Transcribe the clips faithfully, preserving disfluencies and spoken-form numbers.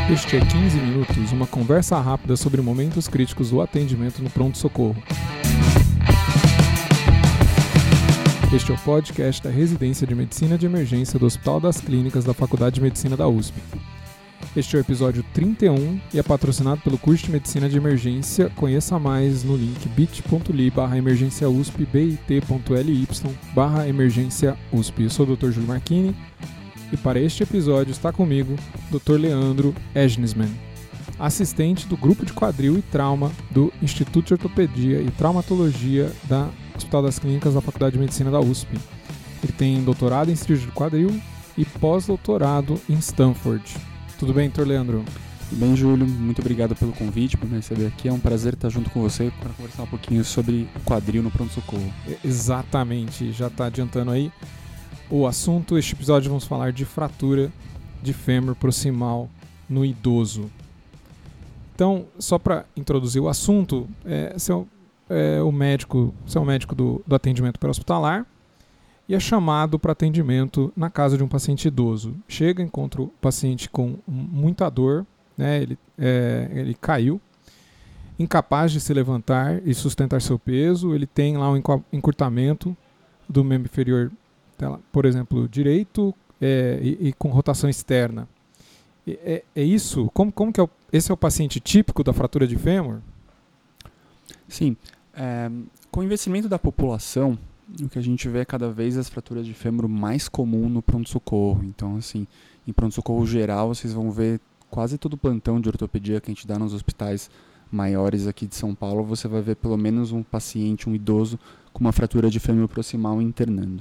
Este é quinze minutos, uma conversa rápida sobre momentos críticos do atendimento no pronto-socorro. Este é o podcast da Residência de Medicina de Emergência do Hospital das Clínicas da Faculdade de Medicina da U S P. Este é o episódio trinta e um e é patrocinado pelo curso de Medicina de Emergência. Conheça mais no link bit.ly barra emergência USP, bit.ly barra emergência USP. Eu sou o doutor Júlio Marchini e para este episódio está comigo o doutor Leandro Egnisman, assistente do Grupo de Quadril e Trauma do Instituto de Ortopedia e Traumatologia da Hospital das Clínicas da Faculdade de Medicina da U S P. Ele tem doutorado em cirurgia de quadril e pós-doutorado em Stanford. Tudo bem, doutor Leandro? Tudo bem, Júlio. Muito obrigado pelo convite, por me receber aqui. É um prazer estar junto com você para conversar um pouquinho sobre o quadril no pronto-socorro. Exatamente, já está adiantando aí o assunto. Este episódio vamos falar de fratura de fêmur proximal no idoso. Então, só para introduzir o assunto, é, você é o médico, você é o médico do, do atendimento pré-hospitalar e é chamado para atendimento na casa de um paciente idoso. Chega, encontra o paciente com muita dor, né? ele, é, ele caiu, incapaz de se levantar e sustentar seu peso, ele tem lá um encurtamento do membro inferior, por exemplo, direito é, e, e com rotação externa. É, é isso? Como, como que é o, esse é o paciente típico da fratura de fêmur? Sim. É, com o envelhecimento da população, o que a gente vê é cada vez as fraturas de fêmur mais comum no pronto-socorro. Então, assim, em pronto-socorro geral, vocês vão ver quase todo o plantão de ortopedia que a gente dá nos hospitais maiores aqui de São Paulo, você vai ver pelo menos um paciente, um idoso, com uma fratura de fêmur proximal internando.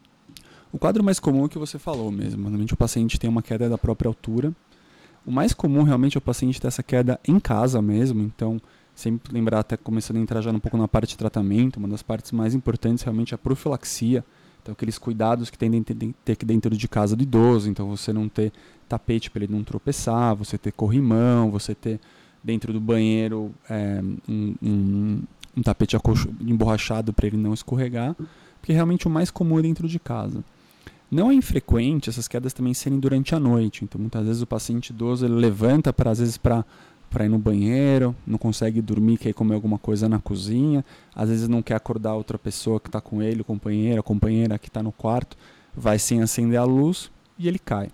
O quadro mais comum é o que você falou mesmo. Normalmente o paciente tem uma queda da própria altura. O mais comum realmente é o paciente ter essa queda em casa mesmo, então sempre lembrar, até começando a entrar já um pouco na parte de tratamento, uma das partes mais importantes realmente é a profilaxia, então aqueles cuidados que tem de ter aqui dentro de casa do idoso, então você não ter tapete para ele não tropeçar, você ter corrimão, você ter dentro do banheiro é, um, um, um tapete emborrachado para ele não escorregar, porque realmente o mais comum é dentro de casa. Não é infrequente essas quedas também serem durante a noite, então muitas vezes o paciente idoso ele levanta para às vezes para para ir no banheiro, não consegue dormir, quer comer alguma coisa na cozinha, às vezes não quer acordar outra pessoa que está com ele, o companheiro, a companheira que está no quarto, vai sem acender a luz e ele cai.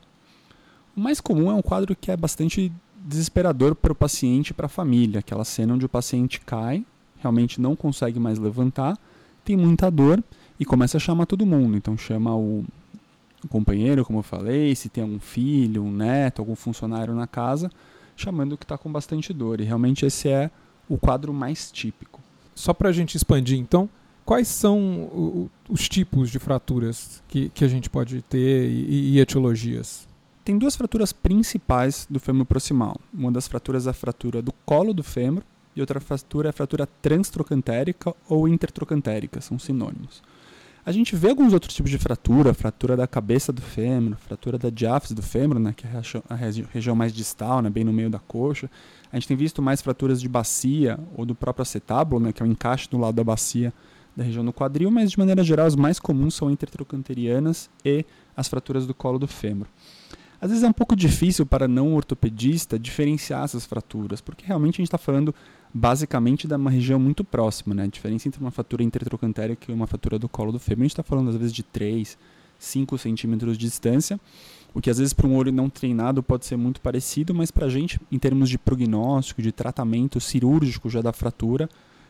O mais comum é um quadro que é bastante desesperador para o paciente e para a família, aquela cena onde o paciente cai, realmente não consegue mais levantar, tem muita dor e começa a chamar todo mundo, então chama o, o companheiro, como eu falei, se tem algum filho, um neto, algum funcionário na casa, chamando que está com bastante dor. E realmente esse é o quadro mais típico. Só para a gente expandir, então, quais são o, os tipos de fraturas que, que a gente pode ter e, e etiologias? Tem duas fraturas principais do fêmur proximal. Uma das fraturas é a fratura do colo do fêmur e outra fratura é a fratura transtrocantérica ou intertrocantérica, são sinônimos. A gente vê alguns outros tipos de fratura, fratura da cabeça do fêmur, fratura da diáfise do fêmur, né, que é a regi- região mais distal, né, bem no meio da coxa. A gente tem visto mais fraturas de bacia ou do próprio acetábulo, né, que é o encaixe do lado da bacia da região do quadril, mas de maneira geral as mais comuns são intertrocanterianas e as fraturas do colo do fêmur. Às vezes é um pouco difícil para não ortopedista diferenciar essas fraturas, porque realmente a gente está falando basicamente de uma região muito próxima, né? A diferença entre uma fratura intertrocantérica e uma fratura do colo do fêmur, a gente está falando às vezes de três, cinco centímetros de distância, o que às vezes para um olho não treinado pode ser muito parecido, mas para a gente, em termos de prognóstico, de tratamento cirúrgico já da fratura,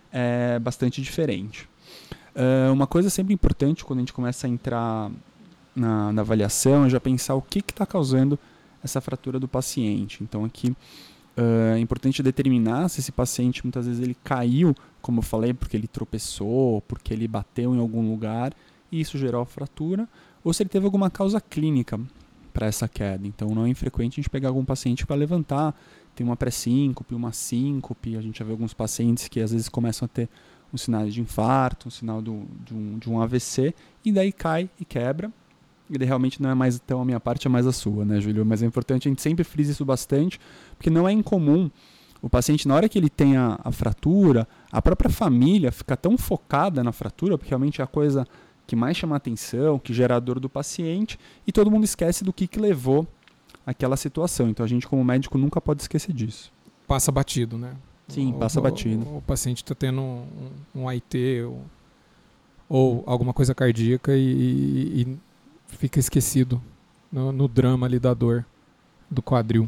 é bastante diferente. Uh, uma coisa sempre importante quando a gente começa a entrar na, na avaliação é já pensar o que está causando essa fratura do paciente. Então aqui Uh, é importante determinar se esse paciente muitas vezes ele caiu, como eu falei, porque ele tropeçou, porque ele bateu em algum lugar e isso gerou a fratura, ou se ele teve alguma causa clínica para essa queda. Então não é infrequente a gente pegar algum paciente para levantar, tem uma pré-síncope, uma síncope, a gente já vê alguns pacientes que às vezes começam a ter um sinal de infarto, um sinal do, de, um, de um A V C, e daí cai e quebra. E daí realmente não é mais então a minha parte, é mais a sua, né, Júlio? Mas é importante, a gente sempre frisa isso bastante, porque não é incomum o paciente, na hora que ele tem a, a fratura, a própria família fica tão focada na fratura, porque realmente é a coisa que mais chama a atenção, que gera a dor do paciente, e todo mundo esquece do que, que levou aquela situação. Então a gente, como médico, nunca pode esquecer disso. Passa batido, né? Sim, o, passa o, batido. O, o paciente está tendo um, um A I T ou, ou alguma coisa cardíaca e, e, e fica esquecido no, no drama ali da dor do quadril.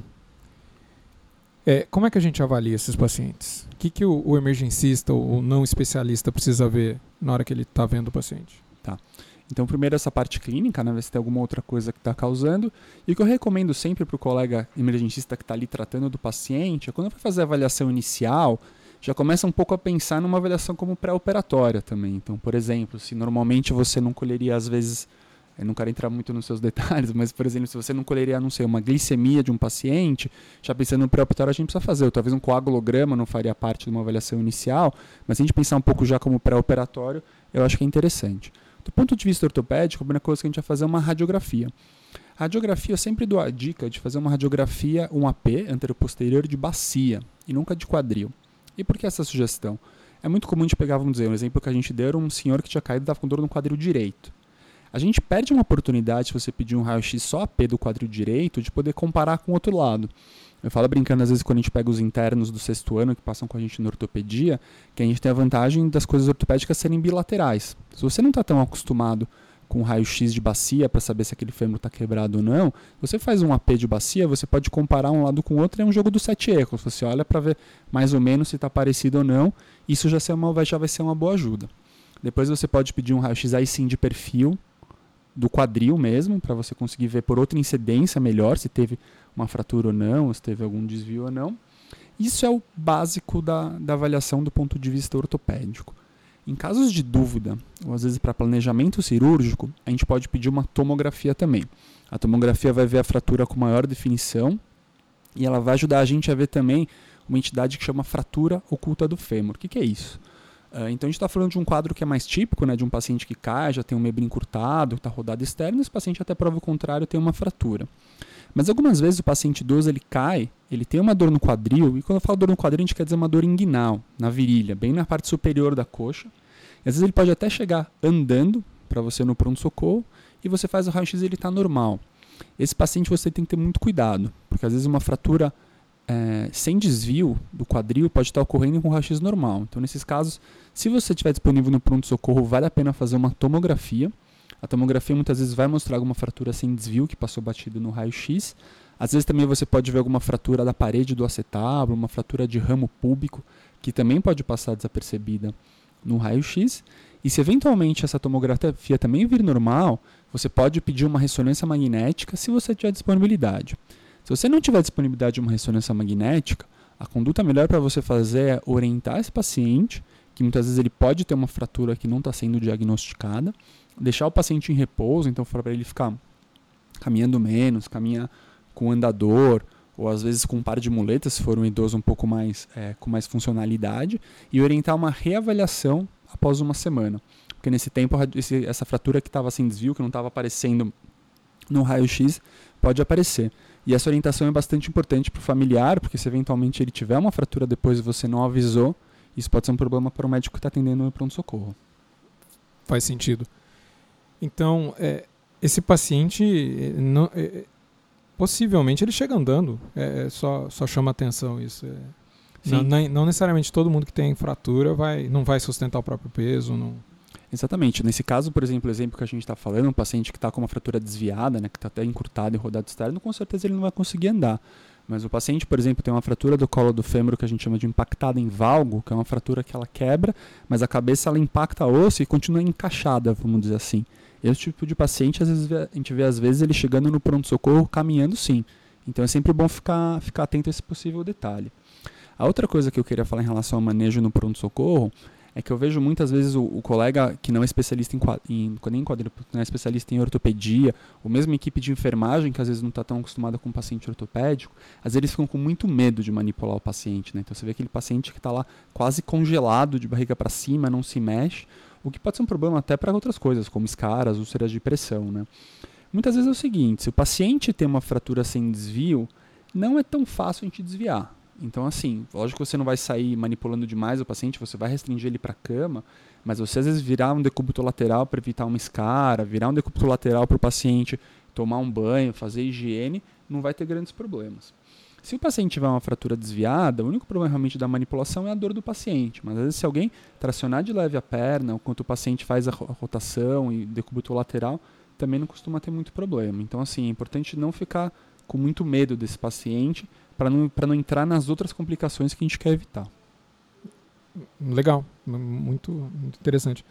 É, como é que a gente avalia esses pacientes? O que, que o, o emergencista ou o não especialista precisa ver na hora que ele está vendo o paciente? Tá. Então, primeiro essa parte clínica, né, ver se tem alguma outra coisa que está causando. E o que eu recomendo sempre para o colega emergencista que está ali tratando do paciente é quando vai fazer a avaliação inicial, já começa um pouco a pensar numa avaliação como pré-operatória também. Então, por exemplo, se normalmente você não colheria, às vezes, eu não quero entrar muito nos seus detalhes, mas, por exemplo, se você não colheria, não sei, uma glicemia de um paciente, já pensando no pré-operatório, a gente precisa fazer. Ou talvez um coagulograma não faria parte de uma avaliação inicial, mas se a gente pensar um pouco já como pré-operatório, eu acho que é interessante. Do ponto de vista ortopédico, a primeira coisa que a gente vai fazer é uma radiografia. A radiografia, eu sempre dou a dica de fazer uma radiografia, um A P, anteroposterior de bacia, e nunca de quadril. E por que essa sugestão? É muito comum de pegar, vamos dizer, um exemplo que a gente deu era um senhor que tinha caído e estava com dor no quadril direito. A gente perde uma oportunidade, se você pedir um raio-x só A P do quadril direito, de poder comparar com o outro lado. Eu falo brincando, às vezes, quando a gente pega os internos do sexto ano que passam com a gente na ortopedia, que a gente tem a vantagem das coisas ortopédicas serem bilaterais. Se você não está tão acostumado com o raio-x de bacia para saber se aquele fêmur está quebrado ou não, você faz um A P de bacia, você pode comparar um lado com o outro, é um jogo dos sete erros. Você olha para ver mais ou menos se está parecido ou não, isso já, ser uma, já vai ser uma boa ajuda. Depois você pode pedir um raio-x aí sim de perfil, do quadril mesmo, para você conseguir ver por outra incidência melhor, se teve uma fratura ou não, se teve algum desvio ou não. Isso é o básico da, da avaliação do ponto de vista ortopédico. Em casos de dúvida, ou às vezes para planejamento cirúrgico, a gente pode pedir uma tomografia também. A tomografia vai ver a fratura com maior definição e ela vai ajudar a gente a ver também uma entidade que chama fratura oculta do fêmur. O que, que é isso? Uh, então a gente está falando de um quadro que é mais típico, né, de um paciente que cai, já tem um membro encurtado, está rodado externo, e esse paciente até prova o contrário tem uma fratura. Mas algumas vezes o paciente idoso ele cai, ele tem uma dor no quadril, e quando eu falo dor no quadril a gente quer dizer uma dor inguinal, na virilha, bem na parte superior da coxa. E às vezes ele pode até chegar andando para você no pronto-socorro e você faz o raio-x e ele está normal. Esse paciente você tem que ter muito cuidado, porque às vezes uma fratura é, sem desvio do quadril pode estar ocorrendo com raio-x normal. Então nesses casos, se você estiver disponível no pronto-socorro, vale a pena fazer uma tomografia. A tomografia muitas vezes vai mostrar alguma fratura sem desvio que passou batido no raio-x. Às vezes também você pode ver alguma fratura da parede do acetábulo, uma fratura de ramo púbico, que também pode passar desapercebida no raio-x. E se eventualmente essa tomografia também vir normal, você pode pedir uma ressonância magnética se você tiver disponibilidade. Se você não tiver disponibilidade de uma ressonância magnética, a conduta melhor para você fazer é orientar esse paciente, que muitas vezes ele pode ter uma fratura que não está sendo diagnosticada, deixar o paciente em repouso, então para ele ficar caminhando menos, caminhar com andador, ou às vezes com um par de muletas, se for um idoso um pouco mais, é, com mais funcionalidade, e orientar uma reavaliação após uma semana. Porque nesse tempo, esse, essa fratura que estava sem desvio, que não estava aparecendo no raio-x, pode aparecer. E essa orientação é bastante importante para o familiar, porque se eventualmente ele tiver uma fratura depois e você não avisou, isso pode ser um problema para o médico que está atendendo no pronto-socorro. Faz sentido. Então, é, esse paciente, não, é, possivelmente ele chega andando, é, só, só chama atenção isso. É, não, não, não necessariamente todo mundo que tem fratura vai, não vai sustentar o próprio peso. Não. Exatamente. Nesse caso, por exemplo, o exemplo que a gente está falando, um paciente que está com uma fratura desviada, né, que está até encurtado e rodado externo, com certeza ele não vai conseguir andar. Mas o paciente, por exemplo, tem uma fratura do colo do fêmur que a gente chama de impactada em valgo, que é uma fratura que ela quebra, mas a cabeça ela impacta osso e continua encaixada, vamos dizer assim. Esse tipo de paciente, às vezes, a gente vê às vezes ele chegando no pronto-socorro caminhando sim. Então é sempre bom ficar, ficar atento a esse possível detalhe. A outra coisa que eu queria falar em relação ao manejo no pronto-socorro é que eu vejo muitas vezes o, o colega que não é especialista em, em, nem em quadril, não é especialista em ortopedia, ou mesmo equipe de enfermagem, que às vezes não está tão acostumada com o paciente ortopédico, às vezes eles ficam com muito medo de manipular o paciente, né? Então você vê aquele paciente que está lá quase congelado, de barriga para cima, não se mexe, o que pode ser um problema até para outras coisas, como escaras, úlceras de pressão, né? Muitas vezes é o seguinte, se o paciente tem uma fratura sem desvio, não é tão fácil a gente desviar. Então, assim, lógico que você não vai sair manipulando demais o paciente, você vai restringir ele para a cama, mas você às vezes virar um decúbito lateral para evitar uma escara, virar um decúbito lateral para o paciente tomar um banho, fazer higiene, não vai ter grandes problemas. Se o paciente tiver uma fratura desviada, o único problema realmente da manipulação é a dor do paciente. Mas às vezes se alguém tracionar de leve a perna, enquanto o paciente faz a rotação e decúbito lateral, também não costuma ter muito problema. Então assim, é importante não ficar com muito medo desse paciente para não, para não entrar nas outras complicações que a gente quer evitar. Legal, muito, muito interessante.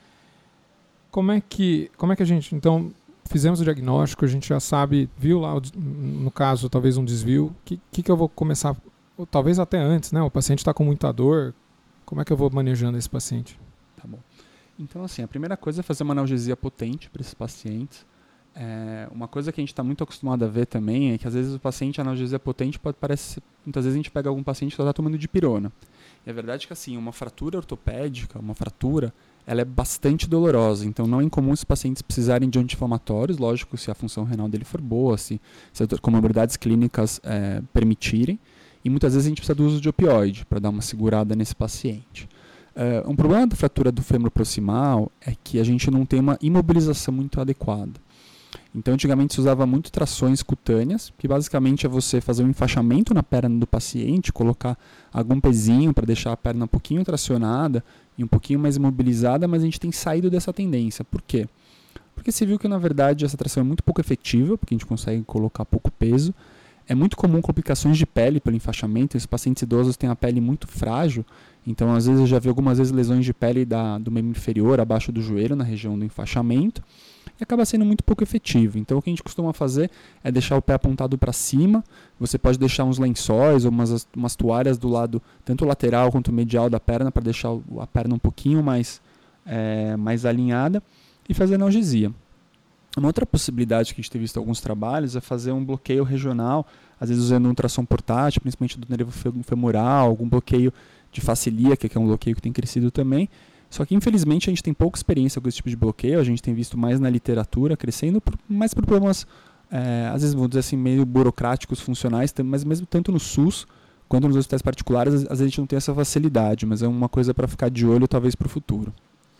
Como é que, como é que a gente, então, fizemos o diagnóstico, a gente já sabe, viu lá, no caso, talvez um desvio, o que, que, que eu vou começar, ou talvez até antes, né? O paciente está com muita dor, como é que eu vou manejando esse paciente? Tá bom. Então, assim, a primeira coisa é fazer uma analgesia potente para esses pacientes. É, uma coisa que a gente está muito acostumado a ver também é que às vezes o paciente, a analgesia potente, pode parecer, muitas vezes a gente pega algum paciente que só está tomando dipirona. E a verdade é que assim, uma fratura ortopédica, uma fratura, ela é bastante dolorosa. Então não é incomum esses pacientes precisarem de anti-inflamatórios, lógico, se a função renal dele for boa, se, se as comorbidades clínicas é, permitirem. E muitas vezes a gente precisa do uso de opioide para dar uma segurada nesse paciente. Uh, um problema da fratura do fêmur proximal é que a gente não tem uma imobilização muito adequada. Então, antigamente se usava muito trações cutâneas, que basicamente é você fazer um enfaixamento na perna do paciente, colocar algum pezinho para deixar a perna um pouquinho tracionada e um pouquinho mais imobilizada, mas a gente tem saído dessa tendência. Por quê? Porque se viu que, na verdade, essa tração é muito pouco efetiva, porque a gente consegue colocar pouco peso. É muito comum complicações de pele pelo enfaixamento. Os pacientes idosos têm a pele muito frágil, então às vezes eu já vi algumas vezes lesões de pele da, do membro inferior, abaixo do joelho, na região do enfaixamento, e acaba sendo muito pouco efetivo. Então o que a gente costuma fazer é deixar o pé apontado para cima. Você pode deixar uns lençóis ou umas, umas toalhas do lado, tanto lateral quanto medial da perna, para deixar a perna um pouquinho mais, é, mais alinhada, e fazer analgesia. Uma outra possibilidade que a gente tem visto em alguns trabalhos é fazer um bloqueio regional, às vezes usando um ultrassom portátil, principalmente do nervo femoral, algum bloqueio de face ilíaca, que é um bloqueio que tem crescido também. Só que, infelizmente, a gente tem pouca experiência com esse tipo de bloqueio, a gente tem visto mais na literatura crescendo, por, mais por problemas, é, às vezes, vamos dizer assim, meio burocráticos, funcionais, mas mesmo tanto no SUS quanto nos hospitais particulares, às vezes a gente não tem essa facilidade, mas é uma coisa para ficar de olho, talvez, para o futuro.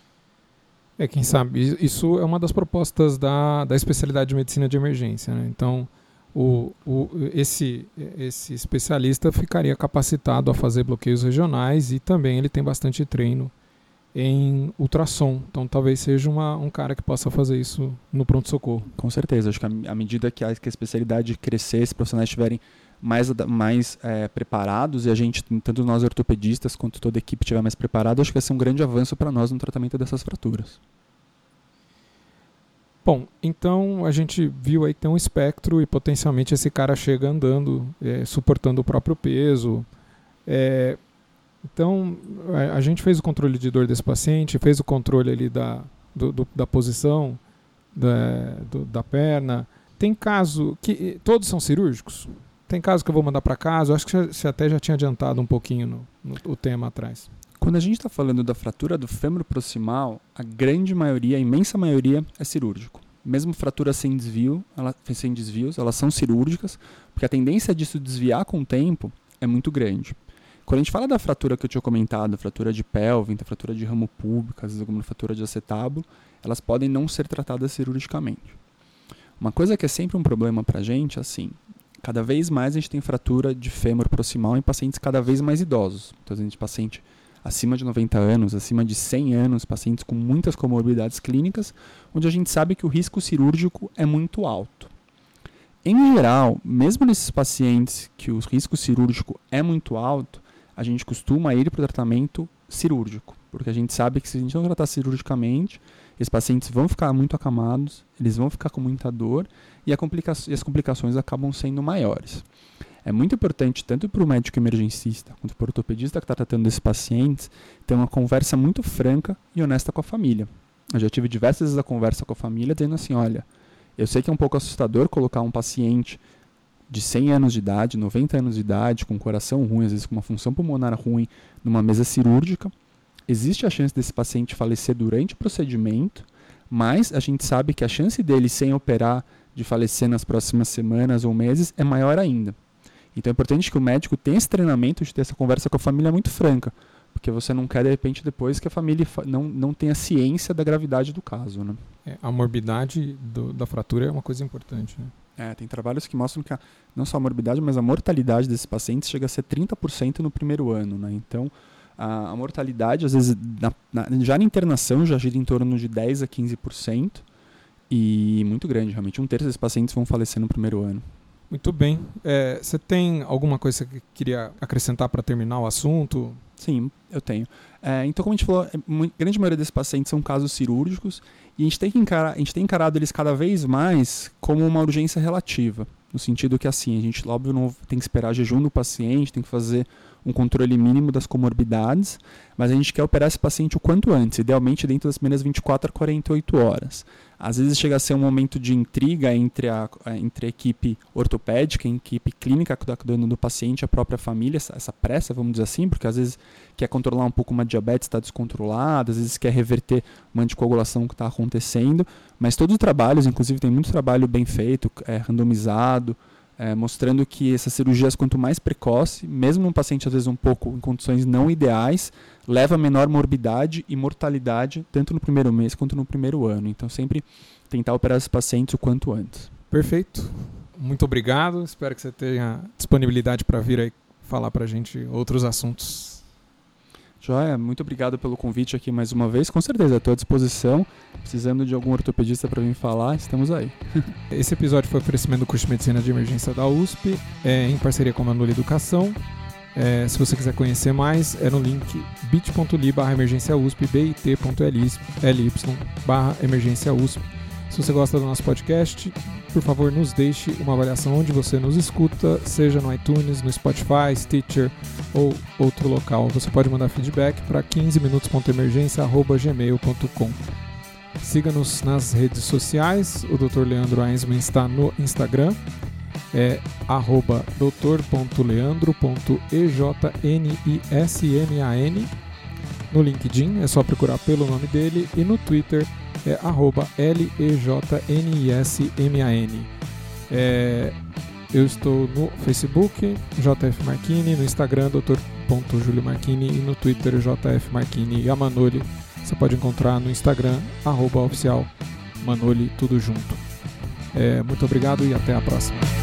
É, quem sabe, isso é uma das propostas da, da especialidade de medicina de emergência, né? Então, o, o, esse, esse especialista ficaria capacitado a fazer bloqueios regionais e também ele tem bastante treino em ultrassom. Então, talvez seja uma, um cara que possa fazer isso no pronto-socorro. Com certeza. Acho que à medida que a, que a especialidade crescer, os profissionais estiverem mais, mais é, preparados e a gente, tanto nós ortopedistas quanto toda a equipe estiver mais preparada, acho que vai ser um grande avanço para nós no tratamento dessas fraturas. Bom, então a gente viu aí que tem um espectro e potencialmente esse cara chega andando, é, suportando o próprio peso. É, então a, a gente fez o controle de dor desse paciente, fez o controle ali da, do, do, da posição da, do, da perna. Tem caso que todos são cirúrgicos? Tem caso que eu vou mandar para casa? Eu acho que você até já tinha adiantado um pouquinho no, no, o tema atrás. Quando a gente está falando da fratura do fêmur proximal, a grande maioria, a imensa maioria, é cirúrgico. Mesmo fraturas sem desvio, ela, sem desvios, elas são cirúrgicas, porque a tendência disso desviar com o tempo é muito grande. Quando a gente fala da fratura que eu tinha comentado, fratura de pelve, fratura de ramo púbico, às vezes alguma fratura de acetábulo, elas podem não ser tratadas cirurgicamente. Uma coisa que é sempre um problema para a gente, assim, cada vez mais a gente tem fratura de fêmur proximal em pacientes cada vez mais idosos. Então, a gente paciente acima de noventa anos, acima de cem anos, pacientes com muitas comorbidades clínicas, onde a gente sabe que o risco cirúrgico é muito alto. Em geral, mesmo nesses pacientes que o risco cirúrgico é muito alto, a gente costuma ir para o tratamento cirúrgico, porque a gente sabe que se a gente não tratar cirurgicamente, esses pacientes vão ficar muito acamados, eles vão ficar com muita dor e, a complica- e as complicações acabam sendo maiores. É muito importante, tanto para o médico emergencista quanto para o ortopedista que está tratando desses pacientes, ter uma conversa muito franca e honesta com a família. Eu já tive diversas vezes a conversa com a família dizendo assim, olha, eu sei que é um pouco assustador colocar um paciente de cem anos de idade, noventa anos de idade, com coração ruim, às vezes com uma função pulmonar ruim, numa mesa cirúrgica. Existe a chance desse paciente falecer durante o procedimento, mas a gente sabe que a chance dele, sem operar, de falecer nas próximas semanas ou meses é maior ainda. Então é importante que o médico tenha esse treinamento de ter essa conversa com a família muito franca. Porque você não quer, de repente, depois que a família não, não tenha ciência da gravidade do caso, né? É, a morbidade do, da fratura é uma coisa importante, né? É, tem trabalhos que mostram que a, não só a morbidade, mas a mortalidade desses pacientes chega a ser trinta por cento no primeiro ano, né? Então, a, a mortalidade, às vezes, na, na, já na internação, já gira em torno de dez a quinze por cento e muito grande, realmente. Um terço desses pacientes vão falecer no primeiro ano. Muito bem. É, você tem alguma coisa que queria acrescentar para terminar o assunto? Sim, eu tenho. É, então, como a gente falou, a grande maioria desses pacientes são casos cirúrgicos e a gente tem que encarar, a gente tem encarado eles cada vez mais como uma urgência relativa, no sentido que, assim, a gente, óbvio, não tem que esperar jejum do paciente, tem que fazer um controle mínimo das comorbidades, mas a gente quer operar esse paciente o quanto antes, idealmente dentro das primeiras vinte e quatro a quarenta e oito horas. Às vezes chega a ser um momento de intriga entre a, entre a equipe ortopédica, a equipe clínica que está cuidando do paciente, a própria família, essa, essa pressa, vamos dizer assim, porque às vezes quer controlar um pouco uma diabetes que está descontrolada, às vezes quer reverter uma anticoagulação que está acontecendo, mas todos os trabalhos, inclusive tem muito trabalho bem feito, é, randomizado, É, mostrando que essas cirurgias, quanto mais precoce, mesmo num paciente às vezes um pouco em condições não ideais, leva a menor morbidade e mortalidade, tanto no primeiro mês quanto no primeiro ano. Então, sempre tentar operar esses pacientes o quanto antes. Perfeito. Muito obrigado. Espero que você tenha disponibilidade para vir aí falar para a gente outros assuntos. Joia, muito obrigado pelo convite aqui mais uma vez. Com certeza, estou à disposição. Precisando de algum ortopedista para vir falar, estamos aí. Esse episódio foi oferecimento do curso de Medicina de Emergência da U S P, é, em parceria com a Manoli Educação. É, se você quiser conhecer mais, é no link bit.ly barra emergência USP, bit.ly barra emergência USP. Se você gosta do nosso podcast, por favor, nos deixe uma avaliação onde você nos escuta, seja no iTunes, no Spotify, Stitcher ou outro local. Você pode mandar feedback para quinze minutos ponto emergência arroba gmail ponto com. Siga-nos nas redes sociais. O doutor Leandro Einsman está no Instagram, é arroba doutor ponto leandro ponto ejnisman. No LinkedIn é só procurar pelo nome dele e no Twitter é arroba lejnisman. É, eu estou no Facebook, J F Marchini, no Instagram, doutor ponto julio marchini e no Twitter, J F Marchini. E a Manoli você pode encontrar no Instagram, arroba oficial Manoli, tudo junto. É, muito obrigado e até a próxima.